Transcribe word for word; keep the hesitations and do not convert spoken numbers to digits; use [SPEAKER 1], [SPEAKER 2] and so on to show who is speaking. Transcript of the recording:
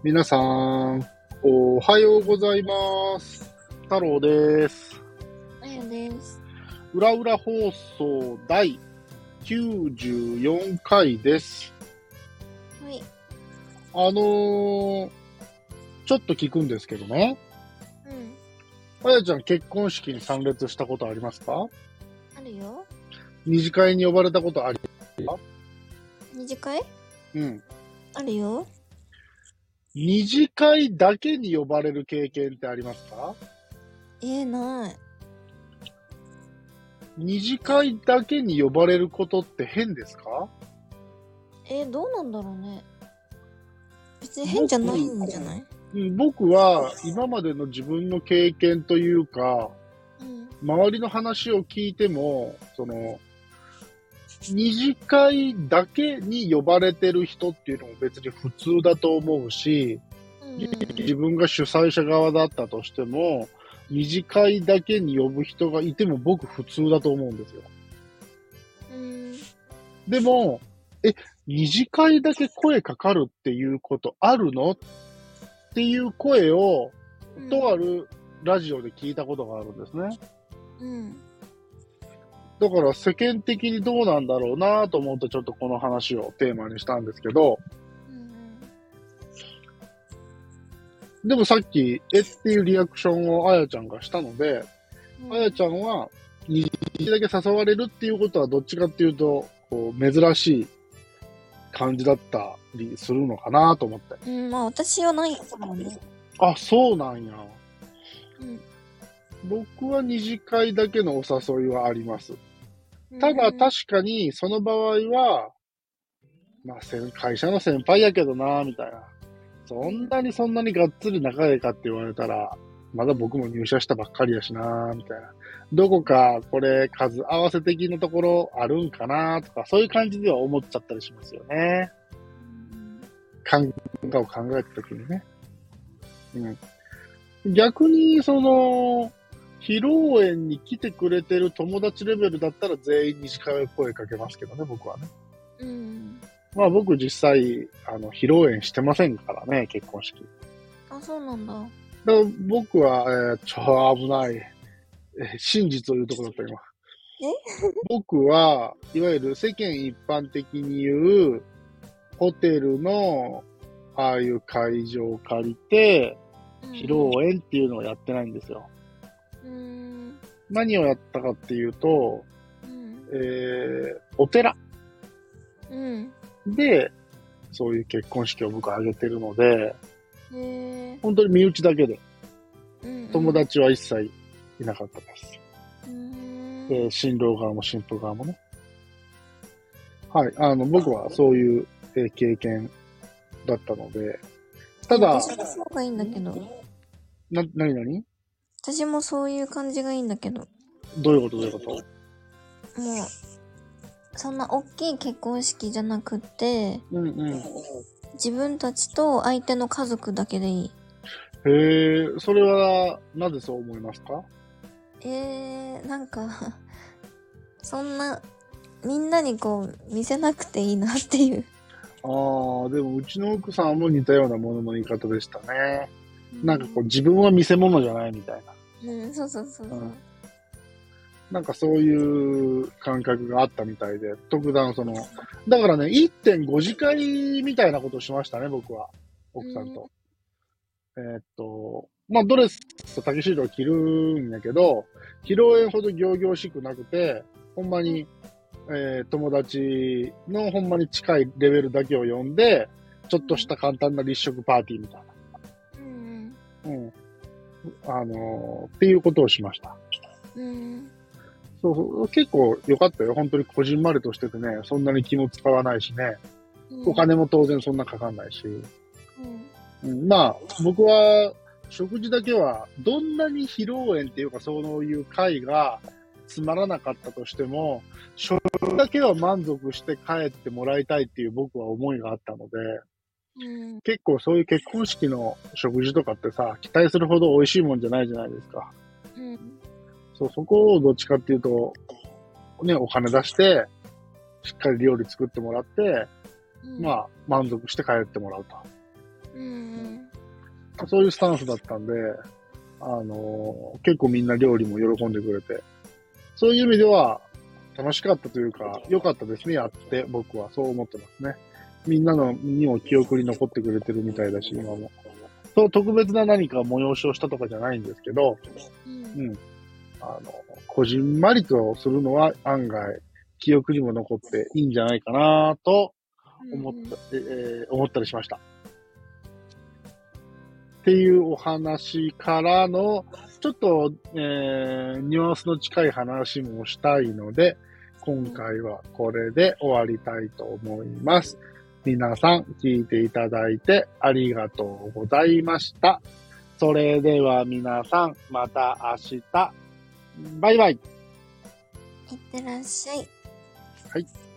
[SPEAKER 1] 皆さん、おはようございます。太郎です。
[SPEAKER 2] あやです。
[SPEAKER 1] 裏裏放送だいきゅうじゅうよんかいです。
[SPEAKER 2] はい。
[SPEAKER 1] あのー、ちょっと聞くんですけどね。
[SPEAKER 2] うん。
[SPEAKER 1] あやちゃん結婚式に参列したことありますか？
[SPEAKER 2] あるよ。
[SPEAKER 1] 二次会に呼ばれたことありますか？
[SPEAKER 2] 二次会
[SPEAKER 1] うん。
[SPEAKER 2] あるよ。
[SPEAKER 1] 二次会だけに呼ばれる経験ってありますか？
[SPEAKER 2] えー、ない。
[SPEAKER 1] 二次会だけに呼ばれることって変ですか？
[SPEAKER 2] えー、どうなんだろうね。別に変じゃないんじゃない？
[SPEAKER 1] うん僕は今までの自分の経験というか、
[SPEAKER 2] うん。
[SPEAKER 1] 周りの話を聞いても、その、二次会だけに呼ばれてる人っていうのも別に普通だと思うし、
[SPEAKER 2] うんうんうん。
[SPEAKER 1] 自分が主催者側だったとしても、二次会だけに呼ぶ人がいても僕普通だと思うんですよ。
[SPEAKER 2] うーん。
[SPEAKER 1] でも、え、二次会だけ声かかるっていうことあるのっていう声を、
[SPEAKER 2] うん
[SPEAKER 1] とあるラジオで聞いたことがあるんですね。
[SPEAKER 2] うん。
[SPEAKER 1] だから世間的にどうなんだろうなと思ってちょっとこの話をテーマにしたんですけど、
[SPEAKER 2] うん
[SPEAKER 1] でもさっき、えっていうリアクションをあやちゃんがしたので、
[SPEAKER 2] うん。
[SPEAKER 1] あやちゃんは二次だけ誘われるっていうことはどっちかっていうと、こう珍しい感じだったりするのかなと思って。
[SPEAKER 2] うん、まあ私はないからね。
[SPEAKER 1] あ、そうなんや。
[SPEAKER 2] うん。
[SPEAKER 1] 僕は二次会だけのお誘いはあります。
[SPEAKER 2] う
[SPEAKER 1] ただ
[SPEAKER 2] ん。
[SPEAKER 1] 確かにその場合は、まあ先会社の先輩やけどなみたいな。そんなにそんなにがっつり仲いいかって言われたら、まだ僕も入社したばっかりやしなみたいな。どこかこれ数合わせ的なところあるんかなとか、そういう感じでは思っちゃったりしますよね。考えを考えたときにね。うん。逆に、その、披露宴に来てくれてる友達レベルだったら全員にしか声かけますけどね、僕はね。
[SPEAKER 2] うん。
[SPEAKER 1] まあ僕実際、あの、披露宴してませんからね、結婚式。
[SPEAKER 2] あ、そうなんだ。
[SPEAKER 1] だから僕は、えー、ちょ、危ない。えー真実を言うところだった今。
[SPEAKER 2] え
[SPEAKER 1] 僕は、いわゆる世間一般的に言う、ホテルの、ああいう会場を借りて、披露宴っていうのをやってないんですよ。
[SPEAKER 2] うん。
[SPEAKER 1] 何をやったかっていうと、
[SPEAKER 2] うん。
[SPEAKER 1] えー、お寺
[SPEAKER 2] うん。
[SPEAKER 1] で、そういう結婚式を僕は挙げてるので、
[SPEAKER 2] へえ。
[SPEAKER 1] 本当に身内だけで、
[SPEAKER 2] うんうん。
[SPEAKER 1] 友達は一切いなかったです。
[SPEAKER 2] うーん。
[SPEAKER 1] で、新郎側も新婦側もね。はい、あの、僕はそういう、えー経験だったので、ただ、
[SPEAKER 2] 私もそうがいいんだけど。
[SPEAKER 1] な、なになに
[SPEAKER 2] 私もそういう感じがいいんだけど。
[SPEAKER 1] どういうことどういうこと
[SPEAKER 2] もう、そんな大きい結婚式じゃなくて、
[SPEAKER 1] うんうん。
[SPEAKER 2] 自分たちと相手の家族だけでいい。
[SPEAKER 1] へえ、それは、なぜそう思いますか？
[SPEAKER 2] えー、なんかそんな、みんなにこう、見せなくていいなっていう。
[SPEAKER 1] ああ、でもうちの奥さんも似たようなものの言い方でしたね。なんかこう自分は見せ物じゃないみたい
[SPEAKER 2] うん、そうそうそう
[SPEAKER 1] な。
[SPEAKER 2] そう。
[SPEAKER 1] うん。なんかそういう感覚があったみたいで、特段その、だからね、いってんご次会みたいなことをしましたね、僕は。奥さんと。えーっと、まあドレスとタキシードを着るんやけど、披露宴ほど仰々しくなくて、ほんまに、えー友達のほんまに近いレベルだけを呼んで、ちょっとした簡単な立食パーティーみたい
[SPEAKER 2] うん
[SPEAKER 1] な。うん。あのーっていうことをしました。
[SPEAKER 2] うん。うん
[SPEAKER 1] そうそう、結構良かったよ。本当にこじんまりとしててね、そんなに気も使わないしね、
[SPEAKER 2] うん。
[SPEAKER 1] お金も当然そんなかかんないし。
[SPEAKER 2] うん。
[SPEAKER 1] うん、まあ、僕は、食事だけは、どんなに披露宴っていうか、そういう会がつまらなかったとしても、食事だけは満足して帰ってもらいたいっていう僕は思いがあったので、
[SPEAKER 2] うん。
[SPEAKER 1] 結構そういう結婚式の食事とかってさ、期待するほど美味しいもんじゃないじゃないですか。
[SPEAKER 2] うん。
[SPEAKER 1] そう、そこをどっちかっていうと、ね、お金出して、しっかり料理作ってもらって、
[SPEAKER 2] うん。
[SPEAKER 1] まあ、満足して帰ってもらうと。
[SPEAKER 2] うん
[SPEAKER 1] そういうスタンスだったんで、あのー結構みんな料理も喜んでくれて、そういう意味では楽しかったというか、良かったですね、やって僕はそう思ってますね。みんなのにも記憶に残ってくれてるみたいだし、今も。そう、特別な何か催しをしたとかじゃないんですけど、
[SPEAKER 2] うん
[SPEAKER 1] うん。あの、こじんまりとするのは案外記憶にも残っていいんじゃないかなと思った、えー思ったりしました。っていうお話からの、ちょっと、えー、ニュアンスの近い話もしたいので、今回はこれで終わりたいと思います。皆さん聞いていただいてありがとうございました。それでは皆さん、また明日。バイバイ。
[SPEAKER 2] いってらっしゃい。
[SPEAKER 1] はい。